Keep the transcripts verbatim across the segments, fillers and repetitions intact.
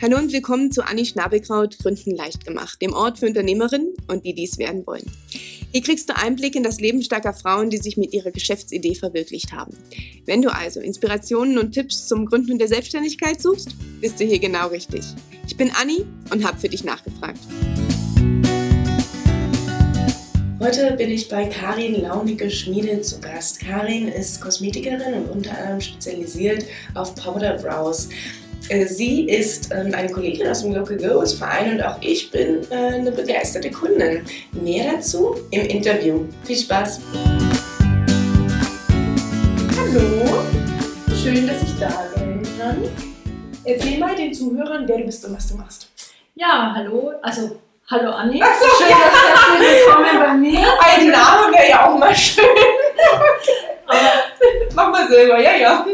Hallo und willkommen zu Anni Schnabelkraut Gründen leicht gemacht, dem Ort für Unternehmerinnen und die dies werden wollen. Hier kriegst du Einblick in das Leben starker Frauen, die sich mit ihrer Geschäftsidee verwirklicht haben. Wenn du also Inspirationen und Tipps zum Gründen der Selbstständigkeit suchst, bist du hier genau richtig. Ich bin Anni und habe für dich nachgefragt. Heute bin ich bei Karin Launicke-Schmiedl zu Gast. Karin ist Kosmetikerin und unter anderem spezialisiert auf Powder Brows. Sie ist eine Kollegin aus dem Local Girls Verein und auch ich bin eine begeisterte Kundin. Mehr dazu im Interview. Viel Spaß! Hallo, schön, dass ich da sein kann. Erzähl mal den Zuhörern, wer du bist und was du machst. Ja, hallo, also hallo Anni. Ach so, schön, ja. dass du willkommen bei mir. Ein Name wäre ja auch mal schön. Aber, mach mal selber, ja, ja.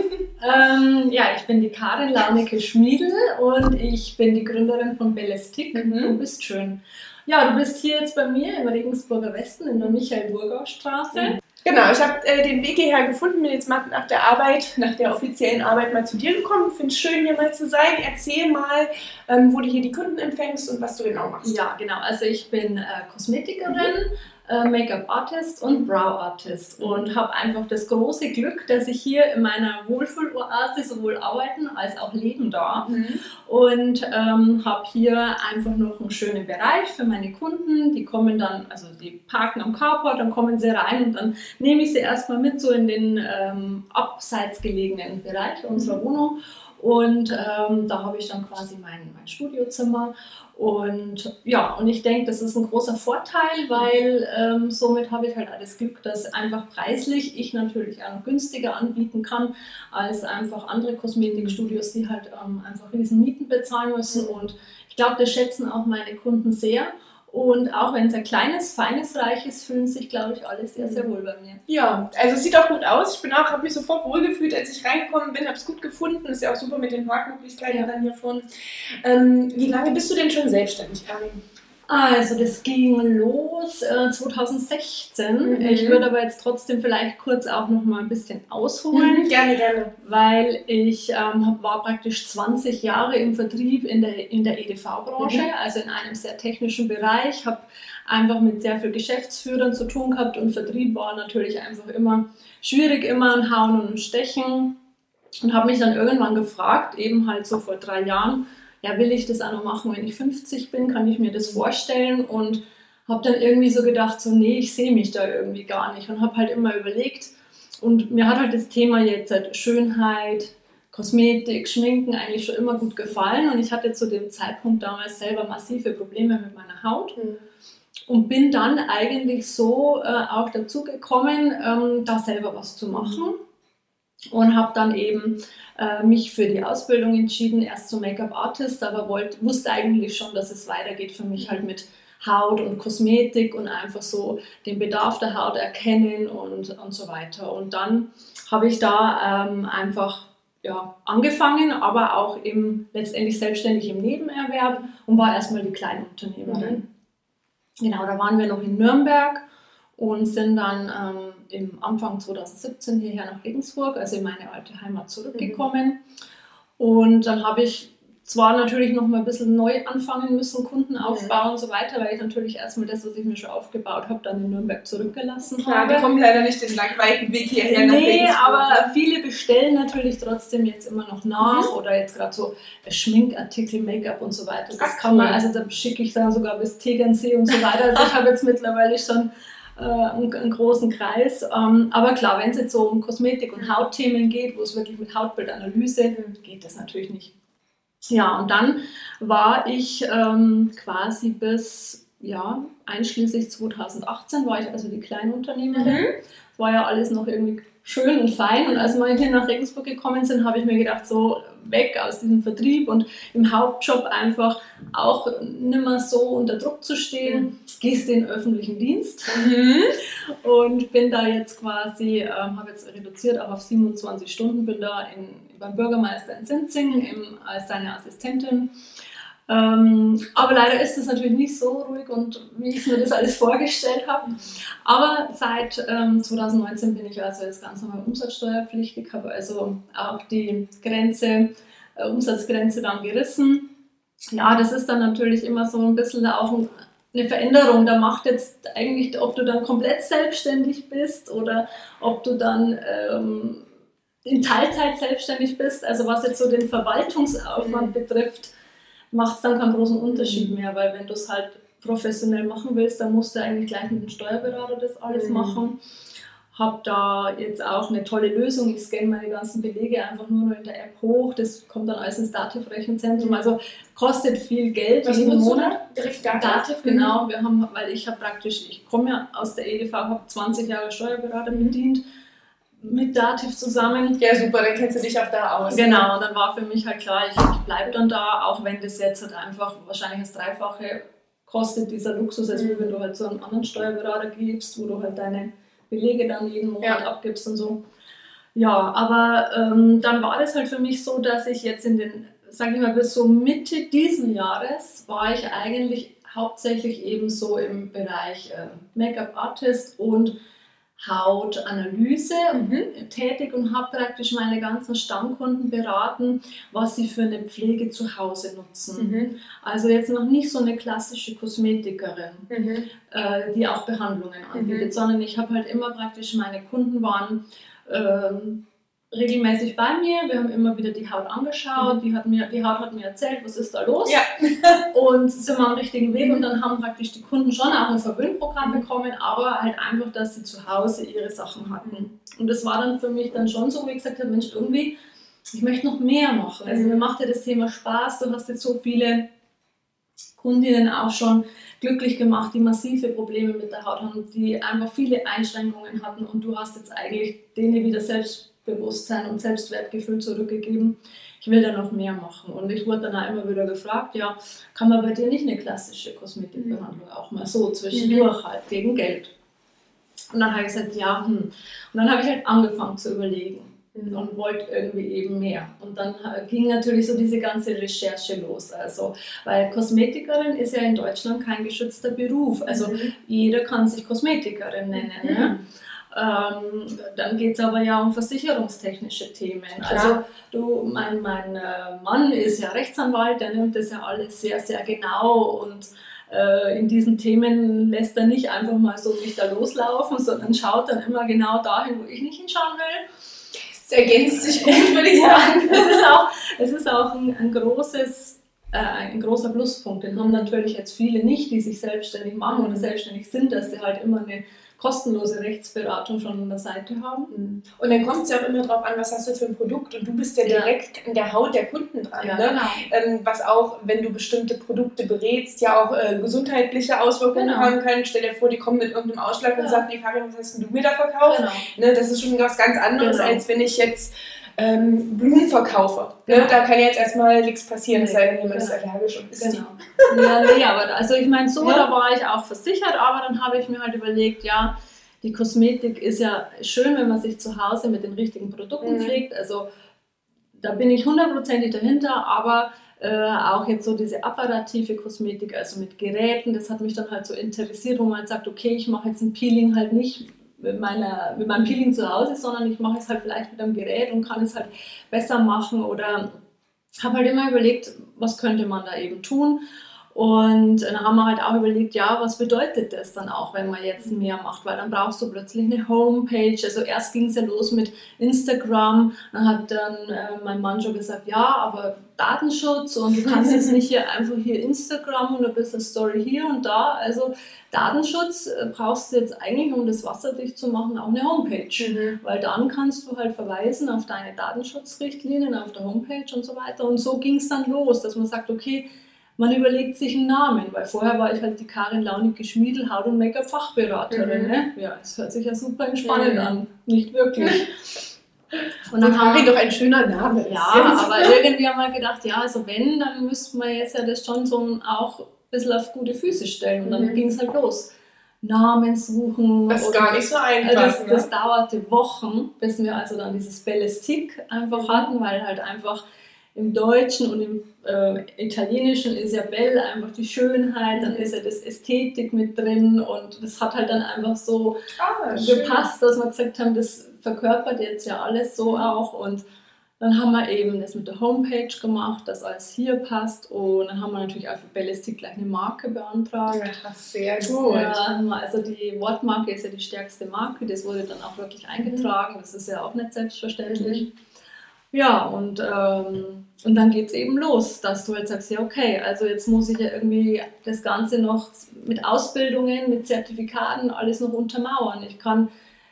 Ähm, ja, ich bin die Karin Launicke-Schmiedl und ich bin die Gründerin von Bellastic. Mhm. Du bist schön. Ja, du bist hier jetzt bei mir im Regensburger Westen in der Michael-Burgau-Straße. Mhm. Genau, ich habe äh, den Weg hierher gefunden, bin jetzt mal nach der Arbeit, nach der offiziellen Arbeit mal zu dir gekommen. Finde es schön, hier mal zu sein. Erzähl mal, ähm, wo du hier die Kunden empfängst und was du genau machst. Ja, genau. Also ich bin äh, Kosmetikerin, mhm. äh, Make-up-Artist und Brow-Artist und habe einfach das große Glück, dass ich hier in meiner Wohlfühl-Oase sowohl arbeiten als auch leben darf. Mhm. Und ähm, habe hier einfach noch einen schönen Bereich für meine Kunden. Die kommen dann, also die parken am Carport, dann kommen sie rein und dann nehme ich sie erstmal mit so in den ähm, abseits gelegenen Bereich unserer Wohnung. Und ähm, da habe ich dann quasi mein, mein Studiozimmer. Und ja, und ich denke, das ist ein großer Vorteil, weil ähm, somit habe ich halt auch das Glück, dass einfach preislich ich natürlich auch noch günstiger anbieten kann, als einfach andere Kosmetikstudios, die halt ähm, einfach riesen Mieten bezahlen müssen. Und ich glaube, das schätzen auch meine Kunden sehr. Und auch wenn es ein kleines, feines Reich ist, fühlen sich, glaube ich, alle sehr, sehr wohl bei mir. Ja, also es sieht auch gut aus. Ich bin auch, habe mich sofort wohlgefühlt, als ich reingekommen bin, habe es gut gefunden. Ist ja auch super mit den Parkmöglichkeiten dann hier vorne. Ähm, wie lange bist du denn schon selbstständig, Karin? Also das ging los äh, zwanzig sechzehn. Mhm. Ich würde aber jetzt trotzdem vielleicht kurz auch noch mal ein bisschen ausholen. Mhm, gerne, gerne. Weil ich ähm, war praktisch zwanzig Jahre im Vertrieb in der, in der E D V-Branche, mhm. also in einem sehr technischen Bereich. Habe einfach mit sehr vielen Geschäftsführern zu tun gehabt und Vertrieb war natürlich einfach immer schwierig, immer ein Hauen und ein Stechen. Und habe mich dann irgendwann gefragt, eben halt so vor drei Jahren, ja, will ich das auch noch machen, wenn ich fünfzig bin, kann ich mir das vorstellen und habe dann irgendwie so gedacht, so nee, ich sehe mich da irgendwie gar nicht und habe halt immer überlegt und mir hat halt das Thema jetzt halt Schönheit, Kosmetik, Schminken eigentlich schon immer gut gefallen und ich hatte zu dem Zeitpunkt damals selber massive Probleme mit meiner Haut mhm. und bin dann eigentlich so äh, auch dazu gekommen, ähm, da selber was zu machen. Und habe dann eben äh, mich für die Ausbildung entschieden, erst zum Make-up-Artist, aber wollt, wusste eigentlich schon, dass es weitergeht für mich halt mit Haut und Kosmetik und einfach so den Bedarf der Haut erkennen und, und so weiter. Und dann habe ich da ähm, einfach ja, angefangen, aber auch eben letztendlich selbstständig im Nebenerwerb und war erstmal die Kleinunternehmerin. Mhm. Genau, da waren wir noch in Nürnberg und sind dann ähm, im Anfang zwanzig siebzehn hierher nach Regensburg, also in meine alte Heimat zurückgekommen. Mhm. Und dann habe ich zwar natürlich noch mal ein bisschen neu anfangen müssen, Kunden aufbauen mhm. und so weiter, weil ich natürlich erstmal das, was ich mir schon aufgebaut habe, dann in Nürnberg zurückgelassen Klar, habe. Die kommen leider nicht den langweiten Weg hierher nach Nee, Regensburg. aber viele bestellen natürlich trotzdem jetzt immer noch nach mhm. oder jetzt gerade so Schminkartikel, Make-up und so weiter. Das Ach, kann man, also da schicke ich dann sogar bis Tegernsee und so weiter. Also ich habe jetzt mittlerweile schon einen, einen großen Kreis. Aber klar, wenn es jetzt so um Kosmetik und Hautthemen geht, wo es wirklich mit Hautbildanalyse geht, das natürlich nicht. Ja, und dann war ich ähm, quasi bis, ja, einschließlich zwanzig achtzehn war ich also die Kleinunternehmerin. Mhm. Das war ja alles noch irgendwie schön und fein. Und als wir hier nach Regensburg gekommen sind, habe ich mir gedacht, so weg aus diesem Vertrieb und im Hauptjob einfach auch nicht mehr so unter Druck zu stehen, mhm. gehst in den öffentlichen Dienst mhm. und bin da jetzt quasi, ähm, habe jetzt reduziert auch auf siebenundzwanzig Stunden, bin da in, beim Bürgermeister in Sinzing im, als seine Assistentin. Ähm, aber leider ist es natürlich nicht so ruhig und wie ich mir das alles vorgestellt habe. Aber seit ähm, zwanzig neunzehn bin ich also jetzt ganz normal umsatzsteuerpflichtig, habe also auch die Grenze, äh, Umsatzgrenze dann gerissen ja, das ist dann natürlich immer so ein bisschen auch ein eine Veränderung. Da macht jetzt eigentlich, ob du dann komplett selbstständig bist oder ob du dann ähm, in Teilzeit selbstständig bist, also was jetzt so den Verwaltungsaufwand mhm. betrifft, macht es dann keinen großen Unterschied mhm. mehr, weil wenn du es halt professionell machen willst, dann musst du eigentlich gleich mit dem Steuerberater das alles mhm. machen. Habe da jetzt auch eine tolle Lösung. Ich scanne meine ganzen Belege einfach nur noch in der App hoch. Das kommt dann alles ins Dativ-Rechenzentrum. Also kostet viel Geld Was jeden Monat. Dativ, Dativ, genau. Wir haben, weil ich habe praktisch, ich komme ja aus der E D V, habe zwanzig Jahre Steuerberater mhm. bedient, mit Dativ zusammen. Ja, super, dann kennst du dich auch da aus. Genau, und dann war für mich halt klar, ich, ich bleibe dann da, auch wenn das jetzt halt einfach wahrscheinlich das Dreifache kostet, dieser Luxus, als mhm. wenn du halt zu einem anderen Steuerberater gibst, wo du halt deine Belege dann jeden Monat ja. abgibst und so. Ja, aber ähm, dann war das halt für mich so, dass ich jetzt in den, sag ich mal, bis so Mitte diesen Jahres war ich eigentlich hauptsächlich eben so im Bereich äh, Make-up-Artist und Hautanalyse mhm. tätig und habe praktisch meine ganzen Stammkunden beraten, was sie für eine Pflege zu Hause nutzen. Mhm. Also jetzt noch nicht so eine klassische Kosmetikerin, mhm. äh, die auch Behandlungen anbietet, mhm. sondern ich habe halt immer praktisch, meine Kunden waren ähm, regelmäßig bei mir, wir haben immer wieder die Haut angeschaut, mhm. die, hat mir, die Haut hat mir erzählt, was ist da los ja. und sind wir am richtigen Weg mhm. und dann haben praktisch die Kunden schon auch ein Verwöhnprogramm mhm. bekommen, aber halt einfach, dass sie zu Hause ihre Sachen hatten. Und das war dann für mich dann schon so, wie ich gesagt habe, Mensch, irgendwie, ich möchte noch mehr machen. Also mir macht ja das Thema Spaß, du hast jetzt so viele Kundinnen auch schon glücklich gemacht, die massive Probleme mit der Haut haben, die einfach viele Einschränkungen hatten und du hast jetzt eigentlich denen wieder Selbstbewusstsein und Selbstwertgefühl zurückgegeben. Ich will da noch mehr machen. Und ich wurde dann auch immer wieder gefragt, ja, kann man bei dir nicht eine klassische Kosmetikbehandlung auch mal so zwischendurch halt gegen Geld? Und dann habe ich gesagt, ja, hm. Und dann habe ich halt angefangen zu überlegen und wollte irgendwie eben mehr. Und dann ging natürlich so diese ganze Recherche los. Also, weil Kosmetikerin ist ja in Deutschland kein geschützter Beruf. Also mhm. jeder kann sich Kosmetikerin nennen. Mhm. Ne? Ähm, dann geht es aber ja um versicherungstechnische Themen. Klar. Also du, mein, mein äh, Mann ist ja Rechtsanwalt, der nimmt das ja alles sehr, sehr genau und äh, in diesen Themen lässt er nicht einfach mal so mich da loslaufen, sondern schaut dann immer genau dahin, wo ich nicht hinschauen will. Es ergänzt sich gut, würde ich sagen. Ja, es ist auch, es ist auch ein, ein, großes, äh, ein großer Pluspunkt. Den haben natürlich jetzt viele nicht, die sich selbstständig machen oder selbstständig sind, dass sie halt immer eine kostenlose Rechtsberatung schon an der Seite haben. Und dann kommt es ja auch immer darauf an, was hast du für ein Produkt und du bist ja direkt ja. in der Haut der Kunden dran. Ja, ne? Genau. Ähm, was auch, wenn du bestimmte Produkte berätst, ja auch äh, gesundheitliche Auswirkungen genau. haben können. Stell dir vor, die kommen mit irgendeinem Ausschlag ja. und sagen, nee, Karin, was hast du mir da verkauft? Genau. Ne, das ist schon was ganz anderes, genau. als wenn ich jetzt ähm, Blumen verkaufe. Genau. Ne? Da kann jetzt erstmal nichts passieren, es sei denn, jemand ist allergisch und isst genau. die. Ja, nee, aber also ich meine, so, ja. da war ich auch versichert, aber dann habe ich mir halt überlegt, ja, die Kosmetik ist ja schön, wenn man sich zu Hause mit den richtigen Produkten mhm. pflegt, also da bin ich hundertprozentig dahinter, aber äh, auch jetzt so diese apparative Kosmetik, also mit Geräten, das hat mich dann halt so interessiert, wo man halt sagt, okay, ich mache jetzt ein Peeling halt nicht mit, meiner, mit meinem Peeling zu Hause, sondern ich mache es halt vielleicht mit einem Gerät und kann es halt besser machen oder habe halt immer überlegt, was könnte man da eben tun. Und dann haben wir halt auch überlegt, ja, was bedeutet das dann auch, wenn man jetzt mehr macht, weil dann brauchst du plötzlich eine Homepage. Also erst ging es ja los mit Instagram, dann hat dann äh, mein Mann schon gesagt, ja, aber Datenschutz und du kannst jetzt nicht hier einfach hier Instagram und ein bisschen Story hier und da. Also Datenschutz äh, brauchst du jetzt eigentlich, um das wasserdicht zu machen, auch eine Homepage, mhm. weil dann kannst du halt verweisen auf deine Datenschutzrichtlinien auf der Homepage und so weiter. Und so ging es dann los, dass man sagt, okay, man überlegt sich einen Namen, weil vorher war ich halt die Karin Launicke-Schmiedl, Haut- und Make-up-Fachberaterin. Mhm. Ne? Ja, es hört sich ja super entspannend mhm. an, nicht wirklich. Und dann haben wir doch ein schöner Name. Ja, aber irgendwie haben wir gedacht, ja, also wenn, dann müssten wir jetzt ja das schon so auch ein bisschen auf gute Füße stellen. Und dann mhm. ging es halt los. Namen suchen. Das ist gar nicht so einfach. Das, das ne? dauerte Wochen, bis wir also dann dieses Bellistik einfach mhm. hatten, weil halt einfach im Deutschen und im äh, Italienischen ist ja Belle einfach die Schönheit, dann ist ja das Ästhetik mit drin und das hat halt dann einfach so ah, gepasst, dass wir gesagt haben, das verkörpert jetzt ja alles so auch und Dann haben wir eben das mit der Homepage gemacht, dass alles hier passt. Und dann haben wir natürlich auch für Bellistic gleich eine Marke beantragt. Ja, sehr gut. Ja, also die Wortmarke ist ja die stärkste Marke. Das wurde dann auch wirklich eingetragen. Das ist ja auch nicht selbstverständlich. Mhm. Ja, und, ähm, und dann geht es eben los, dass du halt sagst, ja okay, also jetzt muss ich ja irgendwie das Ganze noch mit Ausbildungen, mit Zertifikaten alles noch untermauern. Ich kann...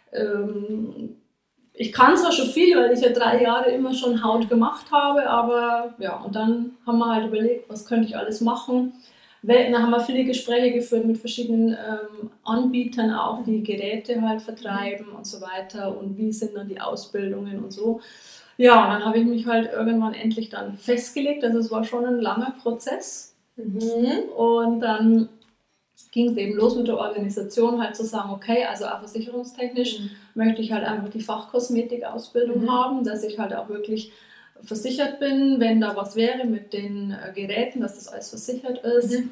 Ähm, Ich kann zwar schon viel, weil ich ja drei Jahre immer schon Haut gemacht habe, aber ja, und dann haben wir halt überlegt, was könnte ich alles machen. Dann haben wir viele Gespräche geführt mit verschiedenen ähm, Anbietern auch, die Geräte halt vertreiben und so weiter und wie sind dann die Ausbildungen und so. Ja, und dann habe ich mich halt irgendwann endlich dann festgelegt, also es war schon ein langer Prozess. Mhm. Und dann ging es eben los mit der Organisation, halt zu sagen, okay, also auch versicherungstechnisch mhm. möchte ich halt einfach die Fachkosmetikausbildung mhm. haben, dass ich halt auch wirklich versichert bin, wenn da was wäre mit den äh, Geräten, dass das alles versichert ist. Mhm.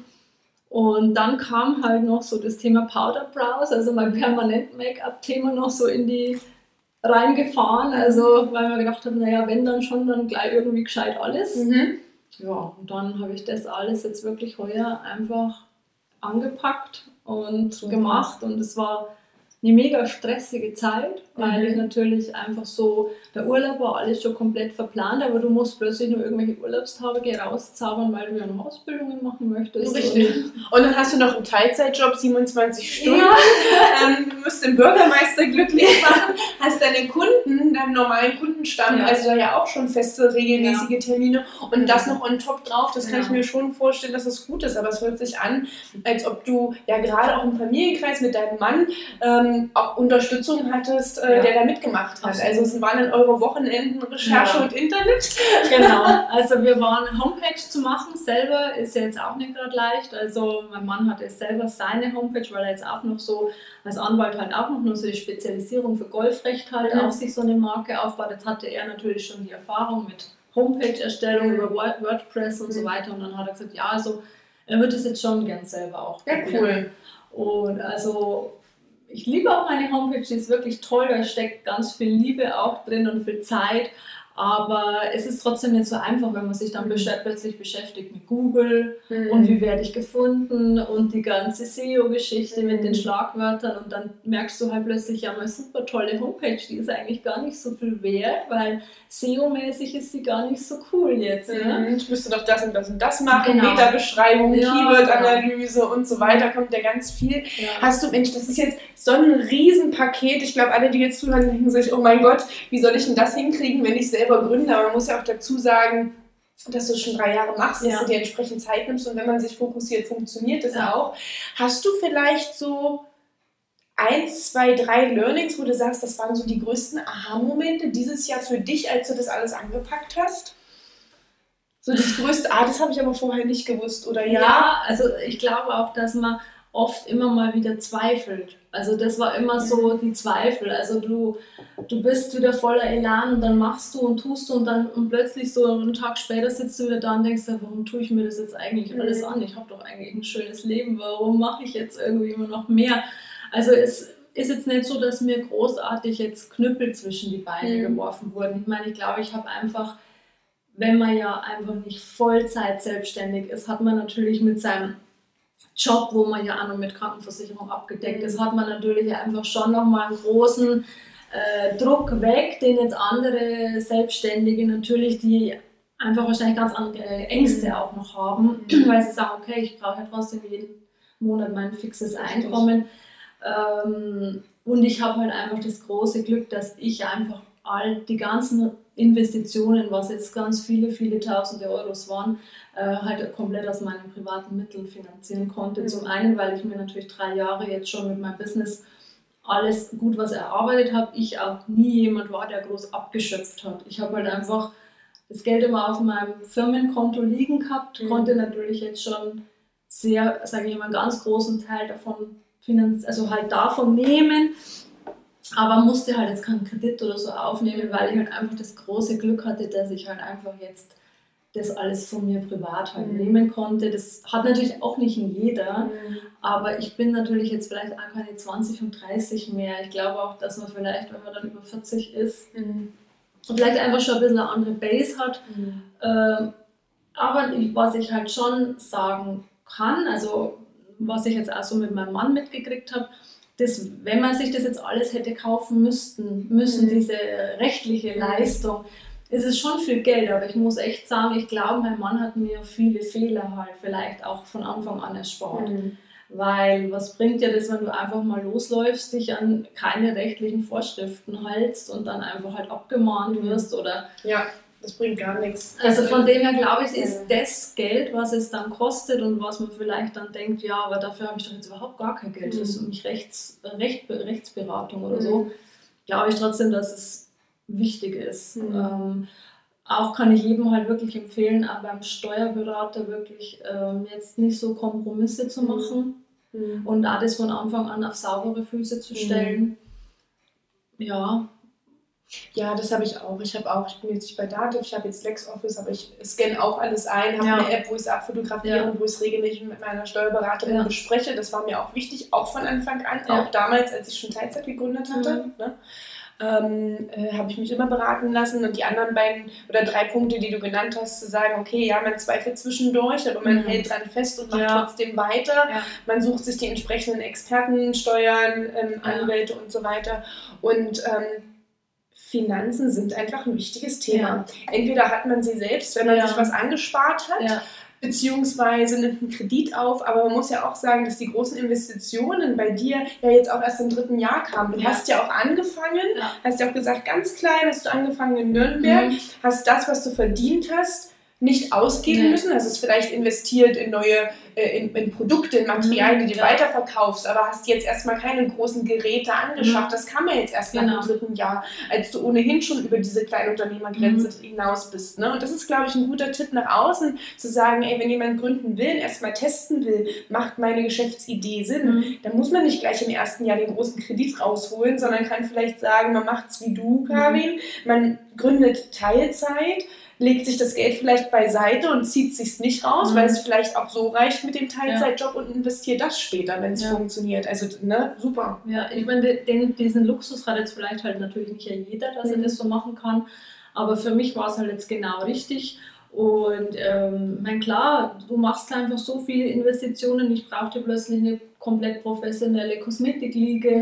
Und dann kam halt noch so das Thema Powder Brows, also mein Permanent-Make-up-Thema noch so in die reingefahren, also weil wir gedacht haben, naja, wenn dann schon, dann gleich irgendwie gescheit alles. Mhm. Ja, und dann habe ich das alles jetzt wirklich heuer einfach angepackt und mhm. gemacht und es war eine mega stressige Zeit, weil mhm. ich natürlich einfach so, der Urlaub war alles schon komplett verplant, aber du musst plötzlich nur irgendwelche Urlaubstage rauszaubern, weil du ja noch Ausbildungen machen möchtest. Richtig. Und, und dann hast du noch einen Teilzeitjob, siebenundzwanzig Stunden, ja. ähm, du musst den Bürgermeister glücklich machen, hast deine Kunden, deinen normalen Kundenstamm, ja. also da ja auch schon feste, regelmäßige ja. Termine und ja. das noch on top drauf, das kann ja. ich mir schon vorstellen, dass das gut ist, aber es hört sich an, als ob du ja gerade auch im Familienkreis mit deinem Mann ähm, auch Unterstützung hattest, äh, ja. der da mitgemacht hat. Absolut. Also es waren dann eure Wochenenden Recherche ja. und Internet. Genau, also wir waren eine Homepage zu machen, selber ist ja jetzt auch nicht gerade leicht. Also mein Mann hatte selber seine Homepage, weil er jetzt auch noch so als Anwalt halt auch noch nur so die Spezialisierung für Golfrecht halt mhm. auch sich so eine Marke aufbaut. Jetzt hatte er natürlich schon die Erfahrung mit Homepage-Erstellung mhm. über WordPress und mhm. so weiter und dann hat er gesagt, ja, also er würde es jetzt schon gern selber auch ja, cool. Und also ich liebe auch meine Homepage, die ist wirklich toll, da steckt ganz viel Liebe auch drin und viel Zeit, aber es ist trotzdem nicht so einfach, wenn man sich dann besch- plötzlich beschäftigt mit Google mhm. und wie werde ich gefunden und die ganze S E O-Geschichte mhm. mit den Schlagwörtern und dann merkst du halt plötzlich, ja, meine super tolle Homepage, die ist eigentlich gar nicht so viel wert, weil S E O-mäßig ist sie gar nicht so cool jetzt. Mhm. Ne? Ich müsste doch das und das und das machen, genau. Meta-Beschreibung, ja, Keyword-Analyse genau. und so weiter, kommt ja ganz viel. Ja. Hast du, Mensch, das ist jetzt so ein Riesenpaket, ich glaube, alle, die jetzt zuhören, denken sich, oh mein Gott, wie soll ich denn das hinkriegen, wenn ich selber gründe, aber man muss ja auch dazu sagen, dass du es schon drei Jahre machst, dass ja. du dir entsprechend Zeit nimmst und wenn man sich fokussiert, funktioniert das ja. auch. Hast du vielleicht so eins, zwei, drei Learnings, wo du sagst, das waren so die größten Aha-Momente dieses Jahr für dich, als du das alles angepackt hast? So das größte, ah, das habe ich aber vorher nicht gewusst, oder ja? Ja, also ich glaube auch, dass man oft immer mal wieder zweifelt. Also das war immer so die Zweifel. Also du, du bist wieder voller Elan und dann machst du und tust du und dann und plötzlich so einen Tag später sitzt du wieder da und denkst, warum tue ich mir das jetzt eigentlich alles an? Ich habe doch eigentlich ein schönes Leben. Warum mache ich jetzt irgendwie immer noch mehr? Also es ist jetzt nicht so, dass mir großartig jetzt Knüppel zwischen die Beine mhm. geworfen wurden. Ich meine, ich glaube, ich habe einfach, wenn man ja einfach nicht Vollzeit selbstständig ist, hat man natürlich mit seinem Job, wo man ja auch noch mit Krankenversicherung abgedeckt ist, hat man natürlich einfach schon nochmal einen großen äh, Druck weg, den jetzt andere Selbstständige natürlich, die einfach wahrscheinlich ganz andere Ängste auch noch haben, mhm. weil sie sagen, okay, ich brauche ja trotzdem jeden Monat mein fixes Einkommen. Ähm, und ich habe halt einfach das große Glück, dass ich einfach all die ganzen Investitionen, was jetzt ganz viele, viele tausende Euros waren, äh, halt komplett aus meinen privaten Mitteln finanzieren konnte. Mhm. Zum einen, weil ich mir natürlich drei Jahre jetzt schon mit meinem Business alles gut was erarbeitet habe. Ich auch nie jemand war, der groß abgeschöpft hat. Ich habe halt einfach das Geld immer auf meinem Firmenkonto liegen gehabt, mhm. konnte natürlich jetzt schon sehr, sage ich mal, einen ganz großen Teil davon finanz- also halt davon nehmen. Aber musste halt jetzt keinen Kredit oder so aufnehmen, weil ich halt einfach das große Glück hatte, dass ich halt einfach jetzt das alles von mir privat halt mhm. nehmen konnte. Das hat natürlich auch nicht jeder, mhm. aber ich bin natürlich jetzt vielleicht auch keine zwanzig und dreißig mehr. Ich glaube auch, dass man vielleicht, wenn man dann über vierzig ist, mhm. und vielleicht einfach schon ein bisschen eine andere Base hat. Mhm. Ähm, aber was ich halt schon sagen kann, also was ich jetzt auch so mit meinem Mann mitgekriegt habe, dass, wenn man sich das jetzt alles hätte kaufen müssten, müssen, Mhm. diese rechtliche Leistung, ist es schon viel Geld, aber ich muss echt sagen, ich glaube, mein Mann hat mir viele Fehler halt vielleicht auch von Anfang an erspart. Mhm. Weil was bringt dir das, wenn du einfach mal losläufst, dich an keine rechtlichen Vorschriften hältst und dann einfach halt abgemahnt wirst oder... Ja, das bringt gar nichts. Also von dem her glaube ich, ist das Geld, was es dann kostet und was man vielleicht dann denkt, ja, aber dafür habe ich doch jetzt überhaupt gar kein Geld, für Mhm. mich Rechts, Recht, Rechtsberatung oder Mhm. so, glaube ich trotzdem, dass es wichtig ist. Mhm. Ähm, auch kann ich jedem halt wirklich empfehlen, auch beim Steuerberater wirklich ähm, jetzt nicht so Kompromisse zu machen Mhm. und auch das von Anfang an auf saubere Füße zu stellen. Ja. Ja, das habe ich auch. Ich habe auch, ich bin jetzt nicht bei Dativ, ich habe jetzt LexOffice, aber ich scanne auch alles ein, habe Ja. eine App, wo ich es abfotografiere Ja. und wo ich es regelmäßig mit meiner Steuerberaterin Ja. bespreche. Das war mir auch wichtig, auch von Anfang an, Ja. auch damals, als ich schon Teilzeit gegründet hatte. Mhm. Ne? Ähm, äh, habe ich mich immer beraten lassen und die anderen beiden oder drei Punkte, die du genannt hast, zu sagen, okay, ja, man zweifelt zwischendurch, aber man Mhm. hält dran fest und macht Ja. trotzdem weiter. Ja. Man sucht sich die entsprechenden Experten, Steuern, ähm, Ja. Anwälte und so weiter. Und ähm, Finanzen sind einfach ein wichtiges Thema. Entweder hat man sie selbst, wenn man Ja. sich was angespart hat, Ja. beziehungsweise nimmt einen Kredit auf, aber man muss ja auch sagen, dass die großen Investitionen bei dir ja jetzt auch erst im dritten Jahr kamen. Du Ja. hast ja auch angefangen, Ja. hast ja auch gesagt, ganz klein hast du angefangen in Nürnberg, Mhm. hast das, was du verdient hast, nicht ausgeben Nee. müssen, hast es vielleicht investiert in neue, äh, in, in Produkte, in Materialien, die du Ja. weiterverkaufst, aber hast jetzt erstmal keine großen Geräte angeschafft. Mhm. Das kam ja jetzt erst nach Genau. dem dritten Jahr, als du ohnehin schon über diese Kleinunternehmergrenze Mhm. hinaus bist. Ne? Und das ist, glaube ich, ein guter Tipp nach außen, zu sagen, ey, wenn jemand gründen will, erstmal testen will, macht meine Geschäftsidee Sinn, Mhm. dann muss man nicht gleich im ersten Jahr den großen Kredit rausholen, sondern kann vielleicht sagen, man macht es wie du, Karin, man gründet Teilzeit, legt sich das Geld vielleicht beiseite und zieht es sich nicht raus, Mhm. weil es vielleicht auch so reicht mit dem Teilzeitjob und investiert das später, wenn es Ja. funktioniert. Also, ne, super. Ja, ich meine, den, diesen Luxus hat jetzt vielleicht halt natürlich nicht jeder, dass er Mhm. das so machen kann, aber für mich war es halt jetzt genau richtig. Und ähm, mein klar, du machst einfach so viele Investitionen, ich brauchte plötzlich eine komplett professionelle Kosmetikliege.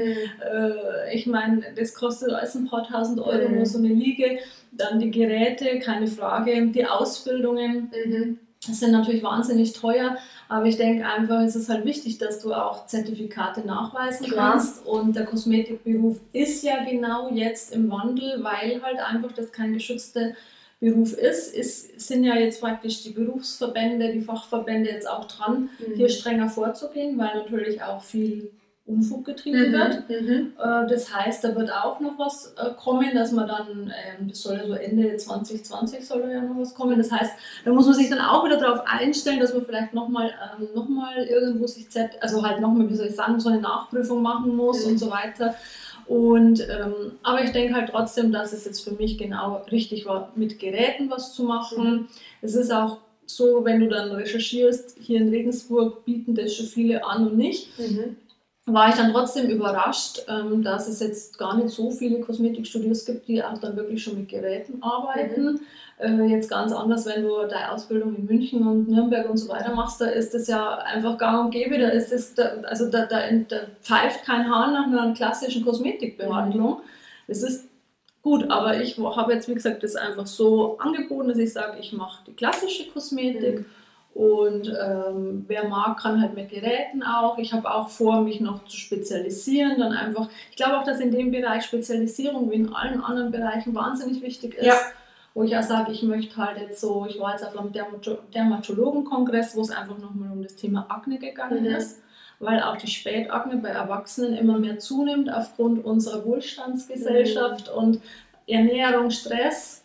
Äh, ich meine, das kostet alles ein paar tausend Euro Mhm. nur so eine Liege. Dann die Geräte, keine Frage. Die Ausbildungen, Mhm. das sind natürlich wahnsinnig teuer, aber ich denke einfach, es ist halt wichtig, dass du auch Zertifikate nachweisen Klar. kannst. Und der Kosmetikberuf ist ja genau jetzt im Wandel, weil halt einfach das kein geschützter Beruf ist. Es sind ja jetzt praktisch die Berufsverbände, die Fachverbände jetzt auch dran, Mhm. hier strenger vorzugehen, weil natürlich auch viel Unfug getrieben wird. Mhm. Mhm. Äh, Das heißt, da wird auch noch was äh, kommen, dass man dann, ähm, das soll ja so Ende zwanzig zwanzig soll ja noch was kommen. Das heißt, da muss man sich dann auch wieder darauf einstellen, dass man vielleicht nochmal ähm, noch mal irgendwo sich, zert- also halt nochmal, wie soll ich sagen, so eine Nachprüfung machen muss Mhm. und so weiter. Und, ähm, aber ich denke halt trotzdem, dass es jetzt für mich genau richtig war, mit Geräten was zu machen. Es ist auch so, wenn du dann recherchierst, hier in Regensburg bieten das schon viele an und nicht. Mhm. War ich dann trotzdem überrascht, ähm, dass es jetzt gar nicht so viele Kosmetikstudios gibt, die auch dann wirklich schon mit Geräten arbeiten. Äh, jetzt ganz anders, wenn du deine Ausbildung in München und Nürnberg und so weiter machst, da ist das ja einfach gang und gäbe. Da ist das, da, also da, da, da pfeift kein Hahn nach einer klassischen Kosmetikbehandlung. Das ist gut, aber ich habe jetzt, wie gesagt, das einfach so angeboten, dass ich sage, ich mache die klassische Kosmetik. Mhm. Und ähm, wer mag, kann halt mit Geräten auch. Ich habe auch vor, mich noch zu spezialisieren. Dann einfach, ich glaube auch, dass in dem Bereich Spezialisierung wie in allen anderen Bereichen wahnsinnig wichtig ist. Ja. Wo ich auch sage, ich möchte halt jetzt so, ich war jetzt auf einem Dermato- Dermatologenkongress, wo es einfach nochmal um das Thema Akne gegangen Mhm. ist. Weil auch die Spätakne bei Erwachsenen immer mehr zunimmt aufgrund unserer Wohlstandsgesellschaft und Ernährung, Stress.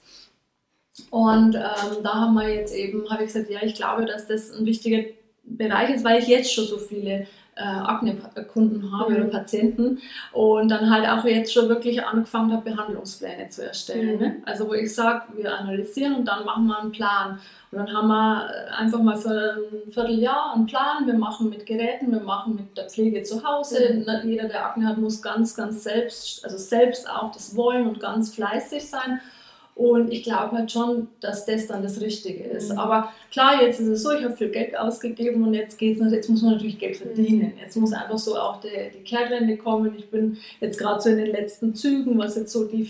Und ähm, da haben wir jetzt eben, habe ich gesagt, ja, ich glaube, dass das ein wichtiger Bereich ist, weil ich jetzt schon so viele äh, Akne-Kunden habe Mhm. oder Patienten und dann halt auch jetzt schon wirklich angefangen habe, Behandlungspläne zu erstellen. Mhm. Ne? Also wo ich sage, wir analysieren und dann machen wir einen Plan. Und dann haben wir einfach mal für ein Vierteljahr einen Plan. Wir machen mit Geräten, wir machen mit der Pflege zu Hause. Mhm. Jeder, der Akne hat, muss ganz, ganz selbst, also selbst auch das wollen und ganz fleißig sein. Und ich glaube halt schon, dass das dann das Richtige ist. Mhm. Aber klar, jetzt ist es so, ich habe viel Geld ausgegeben und jetzt geht's, jetzt muss man natürlich Geld verdienen. Jetzt muss einfach so auch die, die Kehrtwende kommen. Ich bin jetzt gerade so in den letzten Zügen, was jetzt so die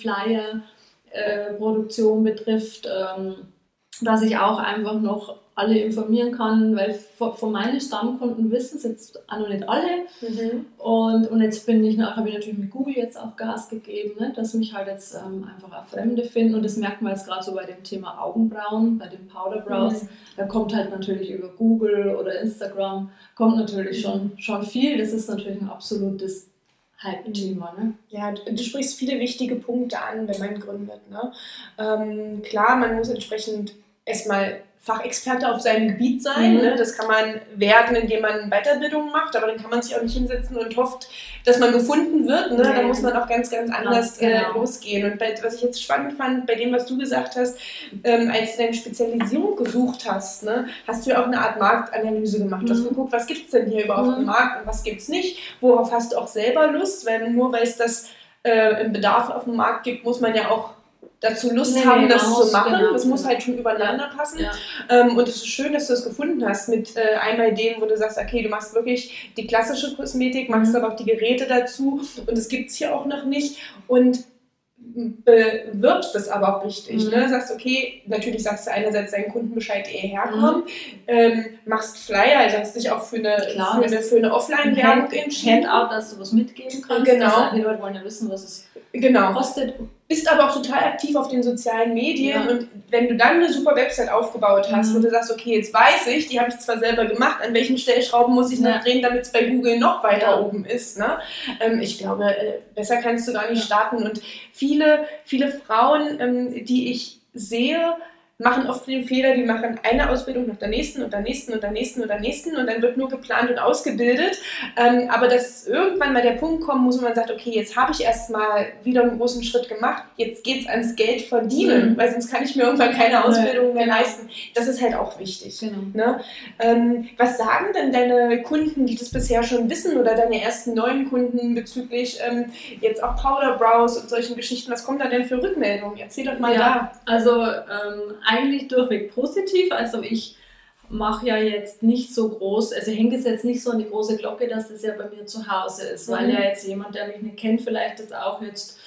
Flyer-Produktion äh, betrifft, ähm, dass ich auch einfach noch alle informieren kann, weil von meinen Stammkunden wissen es jetzt auch noch nicht alle. Mhm. Und, und jetzt bin ich, habe ich natürlich mit Google jetzt auch Gas gegeben, ne, dass mich halt jetzt ähm, einfach auch Fremde finden. Und das merkt man jetzt gerade so bei dem Thema Augenbrauen, bei den Powder Brows. Mhm. Da kommt halt natürlich über Google oder Instagram, kommt natürlich mhm. schon, schon viel. Das ist natürlich ein absolutes Hype-Thema. Ne? Ja, du sprichst viele wichtige Punkte an, wenn man gründet. Ne? Ähm, klar, man muss entsprechend erstmal Fachexperte auf seinem Gebiet sein. Mhm. Ne? Das kann man werden, indem man Weiterbildungen macht, aber dann kann man sich auch nicht hinsetzen und hofft, dass man gefunden wird. Ne? Ja. Da muss man auch ganz, ganz anders ja, genau. äh, losgehen. Und bei, was ich jetzt spannend fand, bei dem, was du gesagt hast, ähm, als du deine Spezialisierung gesucht hast, ne, hast du ja auch eine Art Marktanalyse gemacht. Du hast Mhm. geguckt, was gibt es denn hier überhaupt Mhm. im Markt und was gibt es nicht? Worauf hast du auch selber Lust? Weil nur weil es das äh, im Bedarf auf dem Markt gibt, muss man ja auch dazu Lust nee, haben, nee, das zu machen. Genau. Das muss halt schon übereinander passen. Ja. Ähm, und es ist schön, dass du es gefunden hast mit äh, einmal dem, wo du sagst, okay, du machst wirklich die klassische Kosmetik, machst mhm. aber auch die Geräte dazu und das gibt es hier auch noch nicht und bewirbst das aber auch richtig. Mhm. Ne? Sagst, okay, natürlich sagst du einerseits deinen Kunden Bescheid, ehe herkommen, mhm. ähm, machst Flyer, also hast dich auch für eine, Klar, für eine, für eine Offline-Werbung entschieden. Handout, dass du was mitgeben kannst. Genau. Die Leute wollen ja wissen, was es genau. kostet. Bist aber auch total aktiv auf den sozialen Medien ja. und wenn du dann eine super Website aufgebaut hast, mhm. wo du sagst, okay, jetzt weiß ich, die habe ich zwar selber gemacht, an welchen Stellschrauben muss ich noch ja. drehen, damit es bei Google noch weiter ja. oben ist. Ne? Ähm, ich glaube, äh, besser kannst du gar nicht ja. starten und viele, viele Frauen, ähm, die ich sehe, machen oft den Fehler, die machen eine Ausbildung nach der nächsten und der nächsten und der nächsten und der nächsten und dann wird nur geplant und ausgebildet. Ähm, aber dass irgendwann mal der Punkt kommen muss, wo man sagt, okay, jetzt habe ich erstmal wieder einen großen Schritt gemacht, jetzt geht es ans Geld verdienen, mhm. weil sonst kann ich mir irgendwann keine Ausbildung mehr genau. leisten. Das ist halt auch wichtig. Genau. Ne? Ähm, was sagen denn deine Kunden, die das bisher schon wissen oder deine ersten neuen Kunden bezüglich ähm, jetzt auch Powder Brows und solchen Geschichten? Was kommt da denn für Rückmeldungen? Erzähl doch mal ja, da. Also ähm, eigentlich durchweg positiv. Also ich mache ja jetzt nicht so groß, also hänge es jetzt nicht so an die große Glocke, dass das ja bei mir zu Hause ist, mhm. weil ja jetzt jemand, der mich nicht kennt, vielleicht das auch jetzt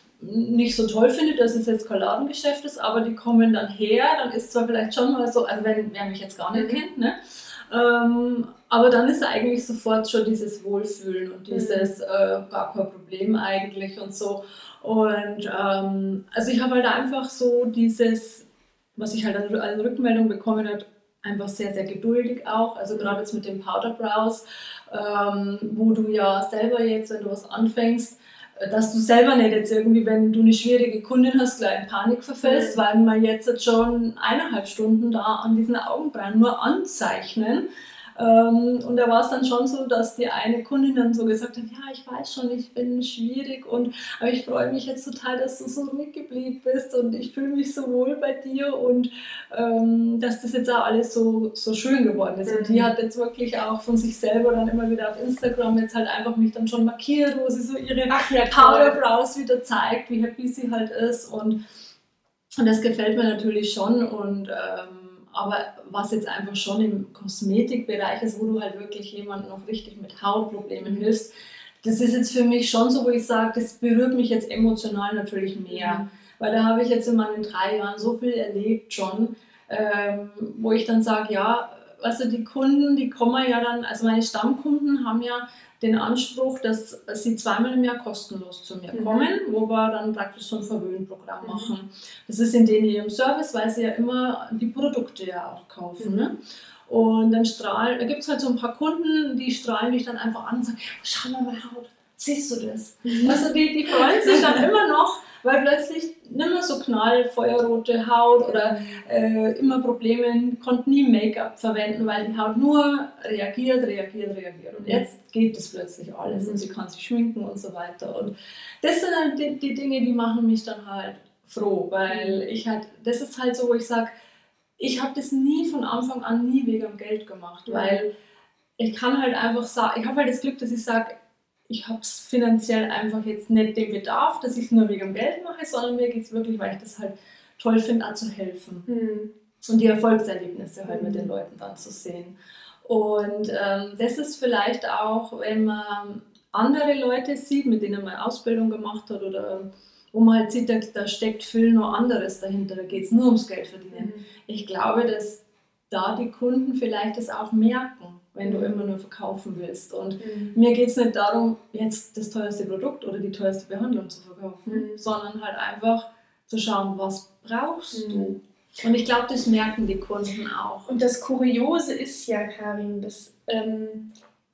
nicht so toll findet, dass es jetzt kein Ladengeschäft ist, aber die kommen dann her, dann ist zwar vielleicht schon mal so, also wenn wer mich jetzt gar nicht mhm. kennt, ne? Ähm, aber dann ist eigentlich sofort schon dieses Wohlfühlen und dieses mhm. äh, gar kein Problem eigentlich und so. Und ähm, also ich habe halt einfach so dieses, was ich halt an, an Rückmeldung bekommen habe, einfach sehr, sehr geduldig auch. Also gerade jetzt mit den Powder Brows, ähm, wo du ja selber jetzt, wenn du was anfängst, dass du selber nicht jetzt irgendwie, wenn du eine schwierige Kundin hast, gleich in Panik verfällst, mhm. weil man jetzt schon eineinhalb Stunden da an diesen Augenbrauen nur anzeichnen. Ähm, und da war es dann schon so, dass die eine Kundin dann so gesagt hat, ja, ich weiß schon, ich bin schwierig, und, aber ich freue mich jetzt total, dass du so ruhig geblieben bist und ich fühle mich so wohl bei dir und ähm, dass das jetzt auch alles so, so schön geworden ist. Mhm. Und die hat jetzt wirklich auch von sich selber dann immer wieder auf Instagram jetzt halt einfach mich dann schon markiert, wo sie so ihre Ach, ja, Powder Brows wieder zeigt, wie happy sie halt ist, und, und das gefällt mir natürlich schon. Und ähm, aber was jetzt einfach schon im Kosmetikbereich ist, wo du halt wirklich jemandem noch richtig mit Hautproblemen hilfst, das ist jetzt für mich schon so, wo ich sage, das berührt mich jetzt emotional natürlich mehr. Mhm. Weil da habe ich jetzt in meinen drei Jahren so viel erlebt schon, ähm, wo ich dann sage, ja, also die Kunden, die kommen ja dann, also meine Stammkunden haben ja den Anspruch, dass sie zweimal im Jahr kostenlos zu mir kommen, mhm. wo wir dann praktisch so ein Verwöhnprogramm machen. Mhm. Das ist in denen ihrem Service, weil sie ja immer die Produkte ja auch kaufen. Mhm. Ne? Und dann strahlen, da gibt es halt so ein paar Kunden, die strahlen mich dann einfach an und sagen, schau mal meine Haut, siehst du das? Mhm. Also die, die freuen sich dann immer noch, weil plötzlich nicht mehr so knallfeuerrote Haut oder äh, immer Probleme, konnten nie Make-up verwenden, weil die Haut nur reagiert, reagiert, reagiert. Und jetzt geht das plötzlich alles und sie kann sich schminken und so weiter. Und das sind halt die, die Dinge, die machen mich dann halt froh, weil ich halt, das ist halt so, wo ich sage, ich habe das nie von Anfang an nie wegen dem Geld gemacht, weil ich kann halt einfach sagen, ich habe halt das Glück, dass ich sage, ich habe es finanziell einfach jetzt nicht den Bedarf, dass ich es nur wegen dem Geld mache, sondern mir geht es wirklich, weil ich das halt toll finde, auch zu helfen. Mhm. Und die Erfolgserlebnisse halt mit den Leuten dann zu sehen. Und ähm, das ist vielleicht auch, wenn man andere Leute sieht, mit denen man Ausbildung gemacht hat oder wo man halt sieht, da, da steckt viel noch anderes dahinter, da geht es nur ums Geld verdienen. Mhm. Ich glaube, dass da die Kunden vielleicht das auch merken, wenn du immer nur verkaufen willst. Und mhm. mir geht es nicht darum, jetzt das teuerste Produkt oder die teuerste Behandlung zu verkaufen, mhm. sondern halt einfach zu schauen, was brauchst mhm. du. Und ich glaube, das merken die Kunden auch. Und das Kuriose ist ja, Karin, dass ähm,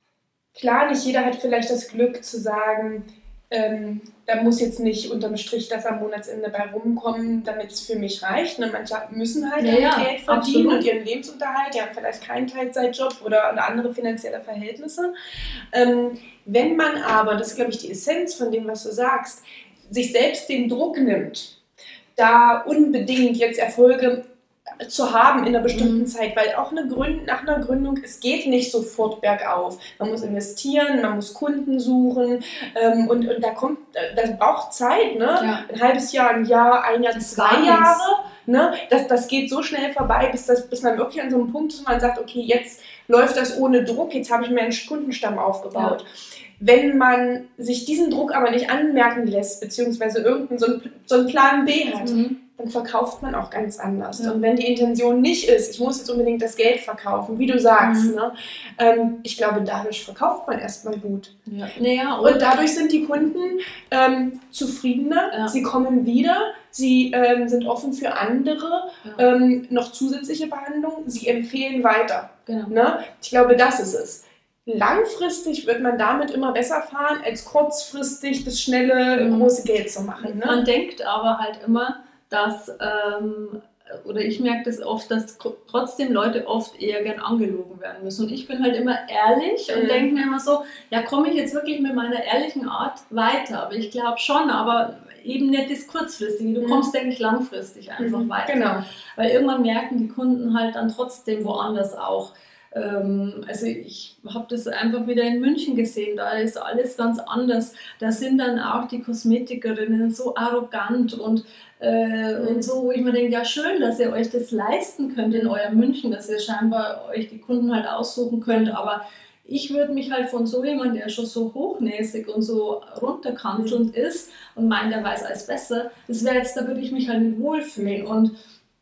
klar, nicht jeder hat vielleicht das Glück zu sagen, ähm, da muss jetzt nicht unterm Strich das am Monatsende bei rumkommen, damit es für mich reicht. Und manche müssen halt ja, ja, Geld verdienen absolut. Und ihren Lebensunterhalt, die haben vielleicht keinen Teilzeitjob oder, oder andere finanzielle Verhältnisse. Ähm, wenn man aber, das ist glaube ich die Essenz von dem, was du sagst, sich selbst den Druck nimmt, da unbedingt jetzt Erfolge zu haben in einer bestimmten mhm. Zeit, weil auch eine Gründ- nach einer Gründung, es geht nicht sofort bergauf. Man muss investieren, man muss Kunden suchen ähm, und, und da kommt, das braucht Zeit, ne? Ja. Ein halbes Jahr, ein Jahr, ein Jahr, das zwei Jahre, ne? Das, das geht so schnell vorbei, bis, das, bis man wirklich an so einem Punkt ist, wo man sagt, okay, jetzt läuft das ohne Druck, jetzt habe ich mir einen Kundenstamm aufgebaut. Ja. Wenn man sich diesen Druck aber nicht anmerken lässt, beziehungsweise irgendeinen so einen, so einen Plan B hat, mhm. dann verkauft man auch ganz anders. Ja. Und wenn die Intention nicht ist, ich muss jetzt unbedingt das Geld verkaufen, wie du sagst, mhm. ne, ähm, ich glaube, dadurch verkauft man erstmal gut. Ja. Naja, und, und dadurch sind die Kunden ähm, zufriedener, ja. sie kommen wieder, sie ähm, sind offen für andere, ja. ähm, noch zusätzliche Behandlungen, sie empfehlen weiter. Genau. Ne? Ich glaube, das ist es. Langfristig wird man damit immer besser fahren, als kurzfristig das schnelle, mhm. große Geld zu machen. Ne? Man denkt aber halt immer, dass, ähm, oder ich merke das oft, dass trotzdem Leute oft eher gern angelogen werden müssen. Und ich bin halt immer ehrlich und mhm. denke mir immer so, ja, komme ich jetzt wirklich mit meiner ehrlichen Art weiter? Aber ich glaube schon, aber eben nicht das Kurzfristige. Du kommst, mhm. denke ich, langfristig einfach mhm. weiter. Genau. Weil irgendwann merken die Kunden halt dann trotzdem woanders auch. Also ich habe das einfach wieder in München gesehen, da ist alles ganz anders. Da sind dann auch die Kosmetikerinnen so arrogant und, äh, mhm. und so, wo ich mir denke, ja schön, dass ihr euch das leisten könnt in eurem München, dass ihr scheinbar euch die Kunden halt aussuchen könnt, aber ich würde mich halt von so jemandem, der schon so hochnäsig und so runterkanzelnd mhm. ist und meint, der weiß alles besser, das wäre jetzt, da würde ich mich halt nicht wohlfühlen. Und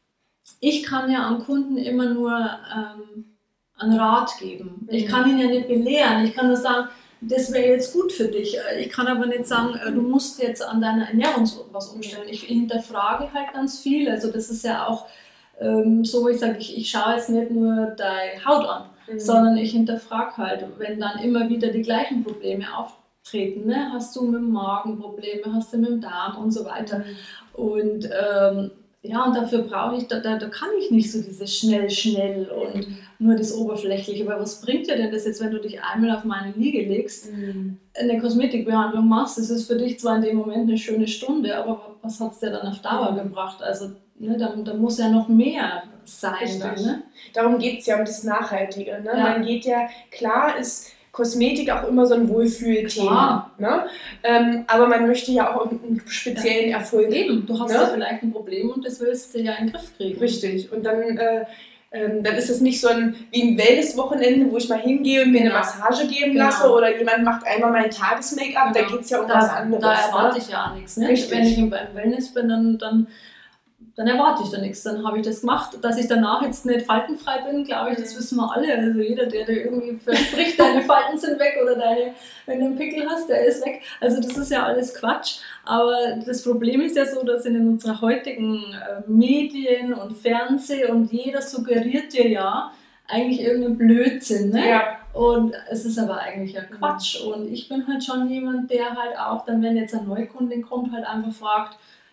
ich kann ja am Kunden immer nur ähm, einen Rat geben. Ich kann ihn ja nicht belehren. Ich kann nur sagen, das wäre jetzt gut für dich. Ich kann aber nicht sagen, du musst jetzt an deiner Ernährung was umstellen. Ich hinterfrage halt ganz viel. Also das ist ja auch ähm, so, wo ich sage, ich, ich schaue jetzt nicht nur deine Haut an, mhm. sondern ich hinterfrage halt, wenn dann immer wieder die gleichen Probleme auftreten. Ne? Hast du mit dem Magen Probleme, hast du mit dem Darm und so weiter. Mhm. Und ähm, ja, und dafür brauche ich, da, da, da kann ich nicht so dieses schnell, schnell und mhm. nur das Oberflächliche. Aber was bringt dir denn das jetzt, wenn du dich einmal auf meine Liege legst, mhm. eine Kosmetikbehandlung machst? Das ist für dich zwar in dem Moment eine schöne Stunde, aber was hat es dir dann auf Dauer mhm. gebracht? Also ne, da, da muss ja noch mehr sein. Dann, ne? Darum geht es ja um das Nachhaltige. Ne? Ja. Man geht ja, klar ist Kosmetik auch immer so ein Wohlfühlthema. Ne? Ähm, aber man möchte ja auch einen speziellen ja. Erfolg geben. Du hast ne? ja vielleicht ein Problem und das willst du ja in den Griff kriegen. Richtig. Und dann, äh, ähm, dann ist es nicht so ein, wie ein Wellness-Wochenende, wo ich mal hingehe und mir genau. eine Massage geben genau. lasse oder jemand macht einmal mein Tages-Make-up. Genau. Da geht es ja um da, was anderes. Da erwarte ich ja nichts. Ne? Wenn ich im Wellness bin, dann... dann dann erwarte ich da nichts. Dann habe ich das gemacht. Dass ich danach jetzt nicht faltenfrei bin, glaube ich, das wissen wir alle. Also jeder, der dir irgendwie verspricht, deine Falten sind weg oder deine, wenn du einen Pickel hast, der ist weg. Also das ist ja alles Quatsch. Aber das Problem ist ja so, dass in unserer heutigen äh, Medien und Fernsehen und jeder suggeriert dir ja eigentlich irgendeinen Blödsinn. Ne? Ja. Und es ist aber eigentlich ja Quatsch. Und ich bin halt schon jemand, der halt auch dann, wenn jetzt ein Neukundin kommt, halt einfach fragt,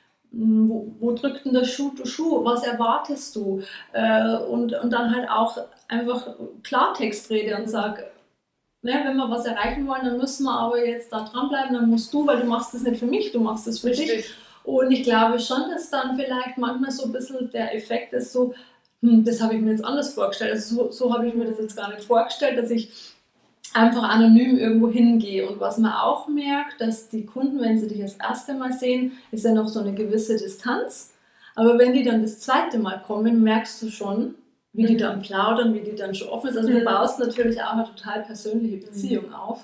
Wo, wo drückt denn der Schuh, du Schuh, was erwartest du? Äh, und, und dann halt auch einfach Klartext rede und sage, ne, wenn wir was erreichen wollen, dann müssen wir aber jetzt da dranbleiben, dann musst du, weil du machst das nicht für mich, du machst das für Richtig. dich. Und ich glaube schon, dass dann vielleicht manchmal so ein bisschen der Effekt ist so, hm, das habe ich mir jetzt anders vorgestellt, also so, so habe ich mir das jetzt gar nicht vorgestellt, dass ich einfach anonym irgendwo hingehe. Und was man auch merkt, dass die Kunden, wenn sie dich das erste Mal sehen, ist ja noch so eine gewisse Distanz. Aber wenn die dann das zweite Mal kommen, merkst du schon, wie die dann plaudern, wie die dann schon offen ist. Also du baust natürlich auch eine total persönliche Beziehung auf.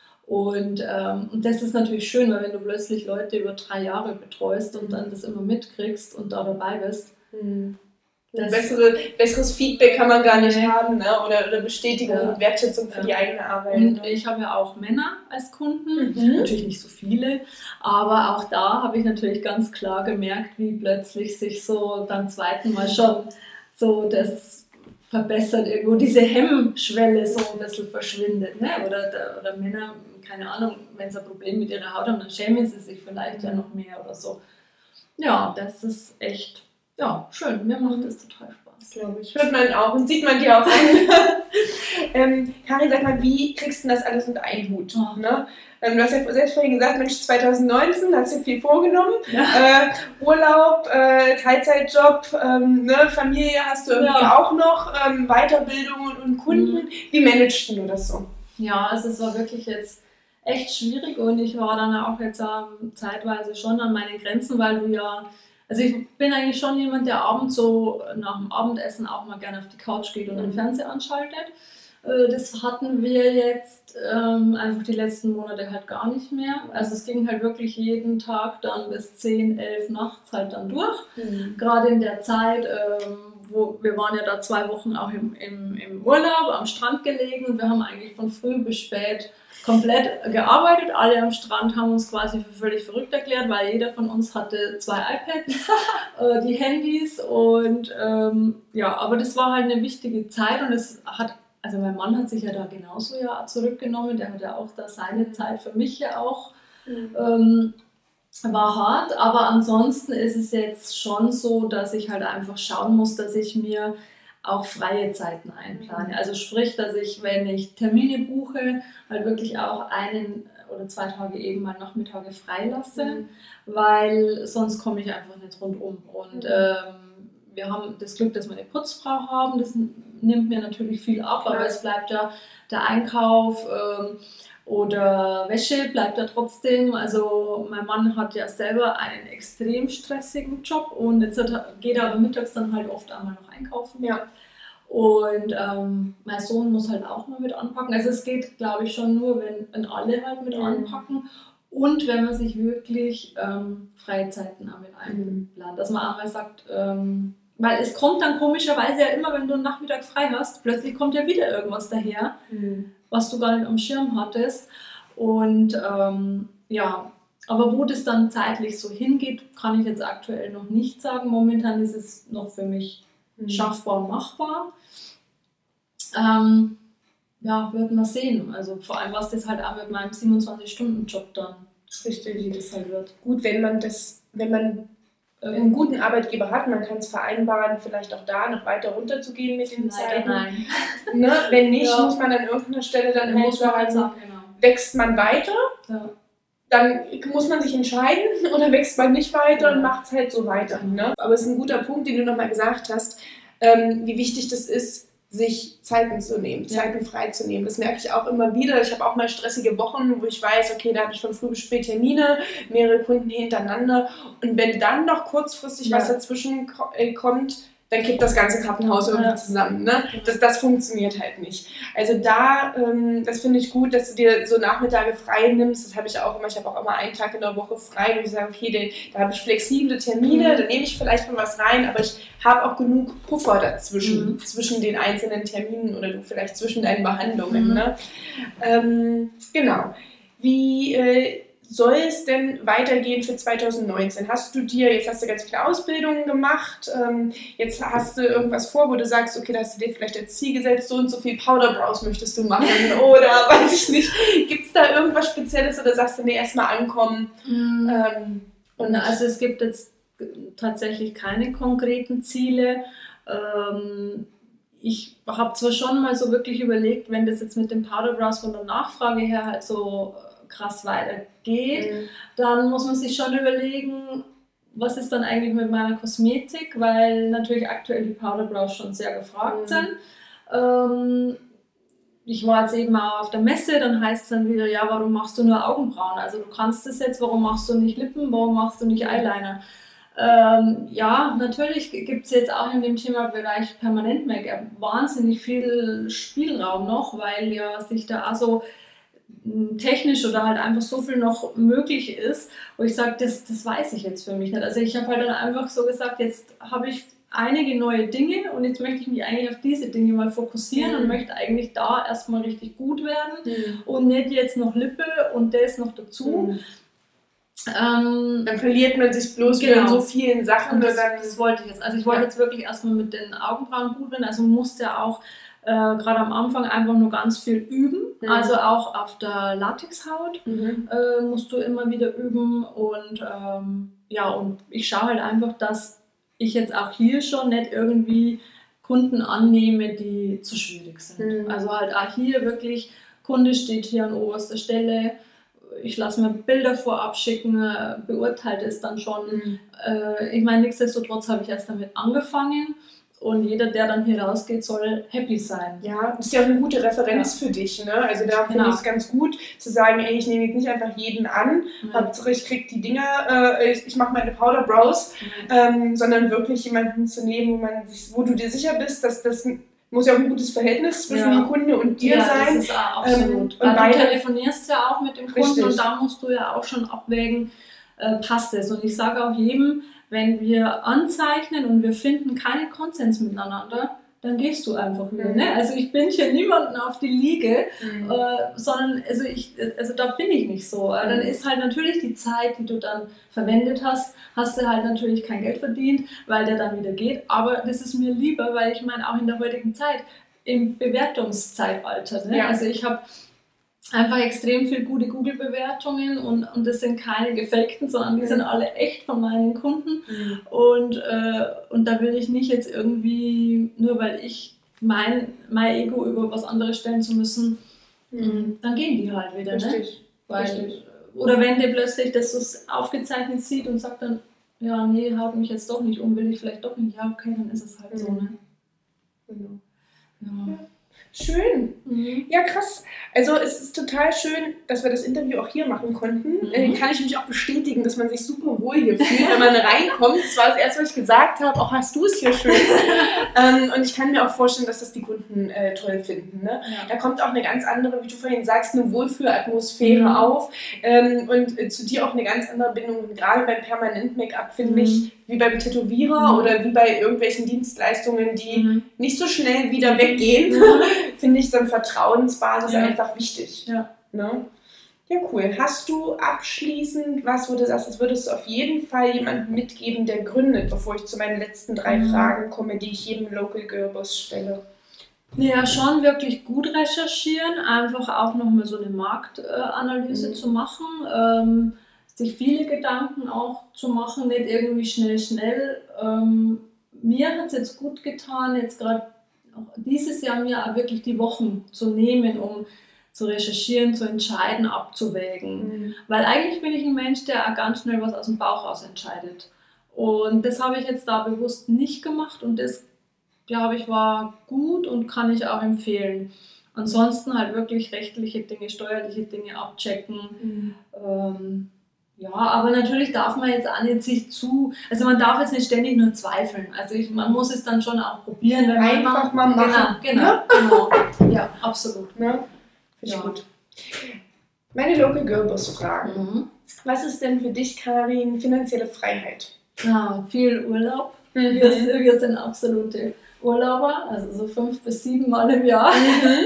Und, ähm, und das ist natürlich schön, weil wenn du plötzlich Leute über drei Jahre betreust und dann das immer mitkriegst und da dabei bist. Mhm. Bessere, besseres Feedback kann man gar nicht ja. haben, ne? oder, oder Bestätigung ja. und Wertschätzung für ja. die eigene Arbeit. Und ne? ich habe ja auch Männer als Kunden, mhm. natürlich nicht so viele, aber auch da habe ich natürlich ganz klar gemerkt, wie plötzlich sich so beim zweiten Mal schon so das verbessert, irgendwo diese Hemmschwelle so ein bisschen verschwindet. Ne? Oder, oder Männer, keine Ahnung, wenn sie ein Problem mit ihrer Haut haben, dann schämen sie sich vielleicht ja noch mehr oder so. Ja, das ist echt... Ja, schön. Mir macht das total Spaß. Glaube ich. Hört man auch und sieht man dir auch an. ähm, Karin, sag mal, wie kriegst du das alles unter einen Hut? Oh. Ne? Ähm, du hast ja selbst vorhin gesagt, Mensch, zwanzig neunzehn hast du viel vorgenommen. Ja. Äh, Urlaub, äh, Teilzeitjob, ähm, ne, Familie hast du irgendwie ja. auch noch, ähm, Weiterbildung und, und Kunden. Mhm. Wie managst du das so? Ja, also es war wirklich jetzt echt schwierig und ich war dann auch jetzt ähm, zeitweise schon an meinen Grenzen, weil du ja Also ich bin eigentlich schon jemand, der abends so nach dem Abendessen auch mal gerne auf die Couch geht und den Fernseher anschaltet. Das hatten wir jetzt ähm, einfach die letzten Monate halt gar nicht mehr. Also es ging halt wirklich jeden Tag dann bis zehn, elf nachts halt dann durch. Mhm. Gerade in der Zeit, ähm, wo wir waren ja da zwei Wochen auch im, im, im Urlaub, am Strand gelegen und wir haben eigentlich von früh bis spät komplett gearbeitet. Alle am Strand haben uns quasi für völlig verrückt erklärt, weil jeder von uns hatte zwei iPads, äh, die Handys und ähm, ja, aber das war halt eine wichtige Zeit und es hat, also mein Mann hat sich ja da genauso ja zurückgenommen, der hat ja auch da seine Zeit für mich ja auch, mhm. ähm, war hart, aber ansonsten ist es jetzt schon so, dass ich halt einfach schauen muss, dass ich mir auch freie Zeiten einplane. Also sprich, dass ich, wenn ich Termine buche, halt wirklich auch einen oder zwei Tage eben mal Nachmittage freilasse, mhm. weil sonst komme ich einfach nicht rundum. Und mhm. ähm, wir haben das Glück, dass wir eine Putzfrau haben, das nimmt mir natürlich viel ab, aber es bleibt ja der Einkauf ähm, oder Wäsche bleibt ja trotzdem. Also mein Mann hat ja selber einen extrem stressigen Job und jetzt geht er aber mittags dann halt oft einmal noch einkaufen. Ja. Und ähm, mein Sohn muss halt auch mal mit anpacken. Also es geht, glaube ich, schon nur, wenn, wenn alle halt mit mhm. anpacken und wenn man sich wirklich ähm, Freizeiten auch mit einplant. Dass man einmal sagt, ähm, weil es kommt dann komischerweise ja immer, wenn du einen Nachmittag frei hast, plötzlich kommt ja wieder irgendwas daher, mhm. was du gar nicht am Schirm hattest. Und ähm, ja, aber wo das dann zeitlich so hingeht, kann ich jetzt aktuell noch nicht sagen. Momentan ist es noch für mich mhm. schaffbar und machbar. Ähm, ja, wird man sehen. Also vor allem, was das halt auch mit meinem siebenundzwanzig-Stunden-Job dann richtig, wie das halt wird. Gut, wenn man das, wenn man einen guten Arbeitgeber hat, man kann es vereinbaren, vielleicht auch da noch weiter runterzugehen mit den Leider Zeiten. Nein. Ne? Wenn nicht, ja. muss man an irgendeiner Stelle dann halt sagen, sagen genau. wächst man weiter, ja. dann muss man sich entscheiden oder wächst man nicht weiter ja. und macht es halt so weiter. Ne? Aber es ist ein guter Punkt, den du nochmal gesagt hast, ähm, wie wichtig das ist, sich Zeiten zu nehmen, ja. Zeiten frei zu nehmen. Das merke ich auch immer wieder. Ich habe auch mal stressige Wochen, wo ich weiß, okay, da habe ich von früh bis spät Termine, mehrere Kunden hintereinander. Und wenn dann noch kurzfristig ja. was dazwischen kommt, dann kippt das ganze Kartenhaus irgendwie ja. zusammen. Ne? Das, das funktioniert halt nicht. Also da, ähm, das finde ich gut, dass du dir so Nachmittage frei nimmst. Das habe ich auch immer. Ich habe auch immer einen Tag in der Woche frei, wo ich sage, okay, den, da habe ich flexible Termine, mhm. da nehme ich vielleicht mal was rein, aber ich habe auch genug Puffer dazwischen, mhm. zwischen den einzelnen Terminen oder du vielleicht zwischen deinen Behandlungen. Mhm. Ne? Ähm, genau. Wie äh, soll es denn weitergehen für zwanzig neunzehn? Hast du dir, jetzt hast du ganz viele Ausbildungen gemacht, ähm, jetzt hast du irgendwas vor, wo du sagst, okay, da hast du dir vielleicht als Ziel gesetzt, so und so viel Powder Brows möchtest du machen oder weiß ich nicht. Gibt es da irgendwas Spezielles oder sagst du, nee, erstmal ankommen? Mhm. Ähm, und also es gibt jetzt tatsächlich keine konkreten Ziele. Ähm, ich habe zwar schon mal so wirklich überlegt, wenn das jetzt mit dem Powder Brows von der Nachfrage her halt so krass weitergeht, mhm. dann muss man sich schon überlegen, was ist dann eigentlich mit meiner Kosmetik, weil natürlich aktuell die Powder Brows schon sehr gefragt mhm. sind. Ähm, ich war jetzt eben auch auf der Messe, dann heißt es dann wieder, ja, warum machst du nur Augenbrauen? Also du kannst das jetzt, warum machst du nicht Lippen, warum machst du nicht Eyeliner? Ähm, ja, natürlich gibt es jetzt auch in dem Thema-Bereich Permanent-Make-up wahnsinnig viel Spielraum noch, weil ja sich da also technisch oder halt einfach so viel noch möglich ist, wo ich sage, das, das weiß ich jetzt für mich nicht. Also ich habe halt dann einfach so gesagt, jetzt habe ich einige neue Dinge und jetzt möchte ich mich eigentlich auf diese Dinge mal fokussieren mhm. und möchte eigentlich da erstmal richtig gut werden mhm. und nicht jetzt noch Lippe und das noch dazu. Mhm. Ähm, dann verliert man sich bloß genau. wieder in so vielen Sachen. Und das, das wollte ich jetzt. Also ich wollte ja. jetzt wirklich erstmal mit den Augenbrauen gut werden. Also musste ja auch äh, gerade am Anfang einfach nur ganz viel üben. Mhm. Also auch auf der Latexhaut mhm. äh, musst du immer wieder üben. Und ähm, ja, und ich schaue halt einfach, dass ich jetzt auch hier schon nicht irgendwie Kunden annehme, die zu schwierig sind. Mhm. Also halt auch hier wirklich, Kunde steht hier an oberster Stelle. Ich lasse mir Bilder vorab schicken, beurteile es dann schon. Mhm. Äh, ich meine, nichtsdestotrotz habe ich erst damit angefangen und jeder, der dann hier rausgeht, soll happy sein. Ja, das ist ja auch eine gute Referenz ja. für dich. Ne? Also da finde genau. ich es ganz gut zu sagen, ey, ich nehme jetzt nicht einfach jeden an, mhm. Hauptsache ich kriege die Dinger, äh, ich, ich mache meine Powder Brows, mhm. ähm, sondern wirklich jemanden zu nehmen, wo, man sich, wo du dir sicher bist, dass das muss ja auch ein gutes Verhältnis zwischen ja. dem Kunde und dir ja, sein. Das ist auch absolut. Ähm, und du telefonierst ja auch mit dem Kunden richtig. Und da musst du ja auch schon abwägen, äh, passt es. Und ich sage auch jedem, wenn wir anzeichnen und wir finden keinen Konsens miteinander, dann gehst du einfach wieder. Mhm. Ne? Also ich bin hier niemanden auf die Liege, mhm. äh, sondern also, ich, also da bin ich nicht so. Mhm. Dann ist halt natürlich die Zeit, die du dann verwendet hast, hast du halt natürlich kein Geld verdient, weil der dann wieder geht. Aber das ist mir lieber, weil ich meine, auch in der heutigen Zeit, im Bewertungszeitalter, ne? Ja. Also ich habe einfach extrem viel gute Google-Bewertungen und, und das sind keine gefakten, sondern die mhm. sind alle echt von meinen Kunden. Mhm. Und, äh, und da will ich nicht jetzt irgendwie, nur weil ich mein, mein Ego über was anderes stellen zu müssen, mhm. dann gehen die halt wieder. Richtig. Ne? Weil, Richtig. Oder wenn der plötzlich das so aufgezeichnet sieht und sagt dann, ja, nee, haut mich jetzt doch nicht um, will ich vielleicht doch nicht. Ja, okay, dann ist es halt mhm. so. Ne? Genau. Ja. Schön. Mhm. Ja, krass. Also es ist total schön, dass wir das Interview auch hier machen konnten. Mhm. Äh, kann ich mich auch bestätigen, dass man sich super wohl hier fühlt, wenn man reinkommt. Das war das Erste, was ich gesagt habe. Auch hast du es hier schön. ähm, und ich kann mir auch vorstellen, dass das die Kunden äh, toll finden. Ne? Ja. Da kommt auch eine ganz andere, wie du vorhin sagst, eine Wohlfühlatmosphäre mhm. auf. Ähm, und äh, zu dir auch eine ganz andere Bindung. Und gerade beim Permanent-Make-up finde mhm. ich, wie beim Tätowierer mhm. oder wie bei irgendwelchen Dienstleistungen, die mhm. nicht so schnell wieder weggehen, mhm. finde ich so eine Vertrauensbasis ja. einfach wichtig. Ja. Ne? Ja, cool. Hast du abschließend was, wo du sagst, das würdest du auf jeden Fall jemandem mitgeben, der gründet, bevor ich zu meinen letzten drei mhm. Fragen komme, die ich jedem Local Girl Boss stelle? Ja, schon wirklich gut recherchieren, einfach auch nochmal so eine Marktanalyse mhm. zu machen, ähm, sich viele Gedanken auch zu machen, nicht irgendwie schnell, schnell. Ähm, mir hat es jetzt gut getan, jetzt gerade dieses Jahr mir auch wirklich die Wochen zu nehmen, um zu recherchieren, zu entscheiden, abzuwägen. Mhm. Weil eigentlich bin ich ein Mensch, der auch ganz schnell was aus dem Bauch raus entscheidet. Und das habe ich jetzt da bewusst nicht gemacht und das, glaube ich, war gut und kann ich auch empfehlen. Ansonsten halt wirklich rechtliche Dinge, steuerliche Dinge abchecken. Mhm. Ähm, Ja, aber natürlich darf man jetzt auch nicht sich zu, also man darf jetzt nicht ständig nur zweifeln. Also ich, man muss es dann schon auch probieren. Wenn Einfach man, mal machen. Genau, ja? genau, genau. Ja, absolut. Ja, finde ich ja. gut. Meine Local Girl Boss Fragen. Mhm. Was ist denn für dich, Karin, finanzielle Freiheit? Ja, viel Urlaub. Mhm. Wir, wir sind absolute Urlauber, also so fünf bis sieben Mal im Jahr. Mhm.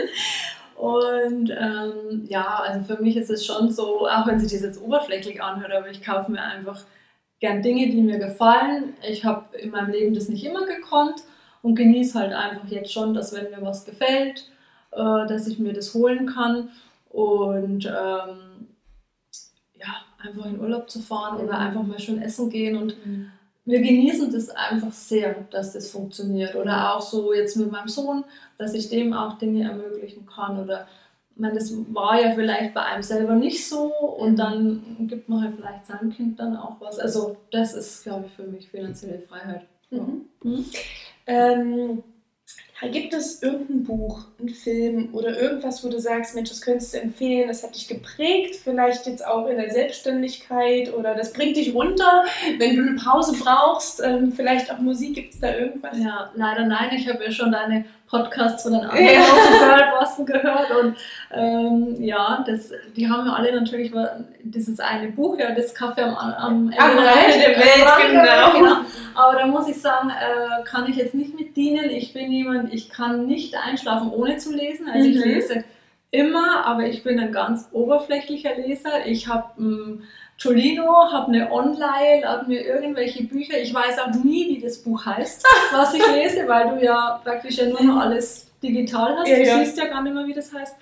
Und ähm, ja, also für mich ist es schon so, auch wenn sich das jetzt oberflächlich anhört, aber ich kaufe mir einfach gern Dinge, die mir gefallen. Ich habe in meinem Leben das nicht immer gekonnt und genieße halt einfach jetzt schon, dass wenn mir was gefällt, äh, dass ich mir das holen kann und ähm, ja, einfach in Urlaub zu fahren oder einfach mal schön essen gehen und mhm. wir genießen das einfach sehr, dass das funktioniert. Oder auch so jetzt mit meinem Sohn, dass ich dem auch Dinge ermöglichen kann. Oder ich meine, das war ja vielleicht bei einem selber nicht so und dann gibt man halt vielleicht seinem Kind dann auch was. Also das ist, glaube ich, für mich finanzielle Freiheit. Mhm. Mhm. Ähm, Gibt es irgendein Buch, einen Film oder irgendwas, wo du sagst, Mensch, das könntest du empfehlen, das hat dich geprägt, vielleicht jetzt auch in der Selbstständigkeit oder das bringt dich runter, wenn du eine Pause brauchst, ähm, vielleicht auch Musik, gibt es da irgendwas? Ja, leider nein, ich habe ja schon deine Podcasts von den anderen Girlbossen gehört und ähm, ja, das, die haben ja alle natürlich dieses eine Buch, ja, das Kaffee am, am Ende am Rande der Welt, genau. genau. Aber da muss ich sagen, äh, kann ich jetzt nicht mit dienen. Ich bin jemand, ich kann nicht einschlafen, ohne zu lesen. Also ich mhm. lese immer, aber ich bin ein ganz oberflächlicher Leser. Ich habe ähm, Jolino, habe eine Online, lade mir irgendwelche Bücher. Ich weiß auch nie, wie das Buch heißt, was ich lese, weil du ja praktisch ja nur noch alles digital hast. Ja, du ja. siehst ja gar nicht mehr, wie das heißt.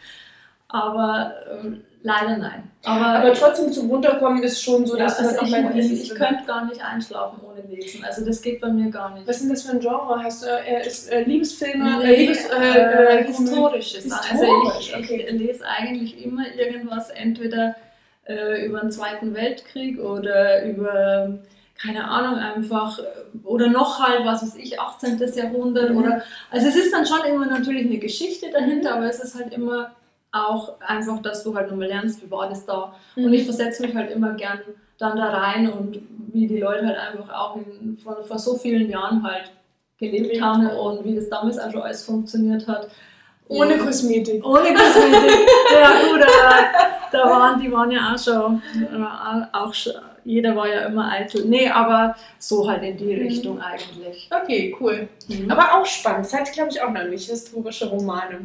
Aber ähm, leider nein. Aber, Aber trotzdem zum Runterkommen ist schon so, ja, dass also du das ich, auch mal ich, liest. ich könnte gar nicht einschlafen ohne Lesen. Also das geht bei mir gar nicht. Was ist denn das für ein Genre? Hast du äh, ist, äh, Liebesfilme? Nee, äh, Liebes, äh, äh, äh, historisches. Historisch, Also ich, okay. ich lese eigentlich immer irgendwas, entweder äh, über den Zweiten Weltkrieg oder über, keine Ahnung, einfach, oder noch halt, was weiß ich, achtzehnten Jahrhundert. Mhm. Oder, also es ist dann schon immer natürlich eine Geschichte dahinter, mhm. aber es ist halt immer auch einfach, dass du halt nochmal lernst, wie war das da. Mhm. Und ich versetze mich halt immer gern dann da rein und wie die Leute halt einfach auch in, vor, vor so vielen Jahren halt gelebt haben und wie das damals auch schon alles funktioniert hat. Ohne Kosmetik. Ohne Kosmetik. Ja gut, aber da waren, die waren ja auch schon, auch schon, jeder war ja immer eitel. Nee, aber so halt in die Richtung mhm. eigentlich. Okay, cool. Mhm. Aber auch spannend. Das hat, glaube ich, auch noch nicht historische Romane.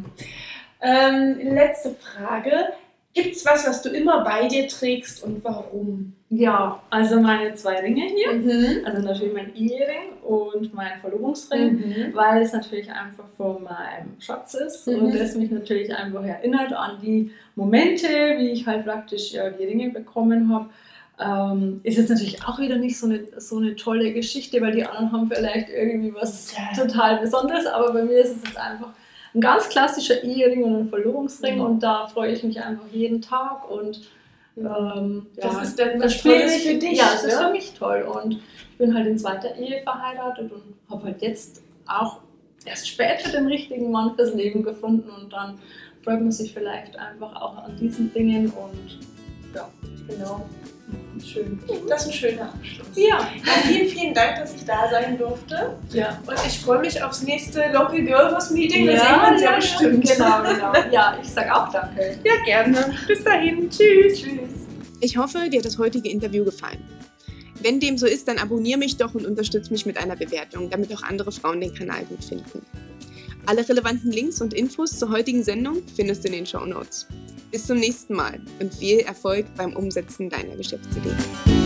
Ähm, letzte Frage. Gibt es was, was du immer bei dir trägst und warum? Ja, also meine zwei Ringe hier. Mhm. Also natürlich mein Ehering und mein Verlobungsring, mhm. weil es natürlich einfach von meinem Schatz ist mhm. und es mich natürlich einfach erinnert an die Momente, wie ich halt praktisch ja, die Ringe bekommen habe. Ähm, ist jetzt natürlich auch wieder nicht so eine, so eine tolle Geschichte, weil die anderen haben vielleicht irgendwie was ja. total Besonderes, aber bei mir ist es jetzt einfach ein ganz klassischer Ehering und ein Verlobungsring mhm. und da freue ich mich einfach jeden Tag und ähm, das ja, ist dann was Tolles für dich. Ja, es ist für mich toll und ich bin halt in zweiter Ehe verheiratet und habe halt jetzt auch erst später den richtigen Mann fürs Leben gefunden und dann freut man sich vielleicht einfach auch an diesen Dingen und ja, genau. Schön. Das ist ein schöner Abschluss. Ja. ja. Vielen, vielen Dank, dass ich da sein durfte. Ja. Und ich freue mich aufs nächste Local Girls Meeting. Ja, das sehen wir uns ja, ja bestimmt. Genau, genau. Ja, ich sage auch danke. Ja, gerne. Bis dahin. Tschüss. Tschüss. Ich hoffe, dir hat das heutige Interview gefallen. Wenn dem so ist, dann abonniere mich doch und unterstütze mich mit einer Bewertung, damit auch andere Frauen den Kanal gut finden. Alle relevanten Links und Infos zur heutigen Sendung findest du in den Shownotes. Bis zum nächsten Mal und viel Erfolg beim Umsetzen deiner Geschäftsidee.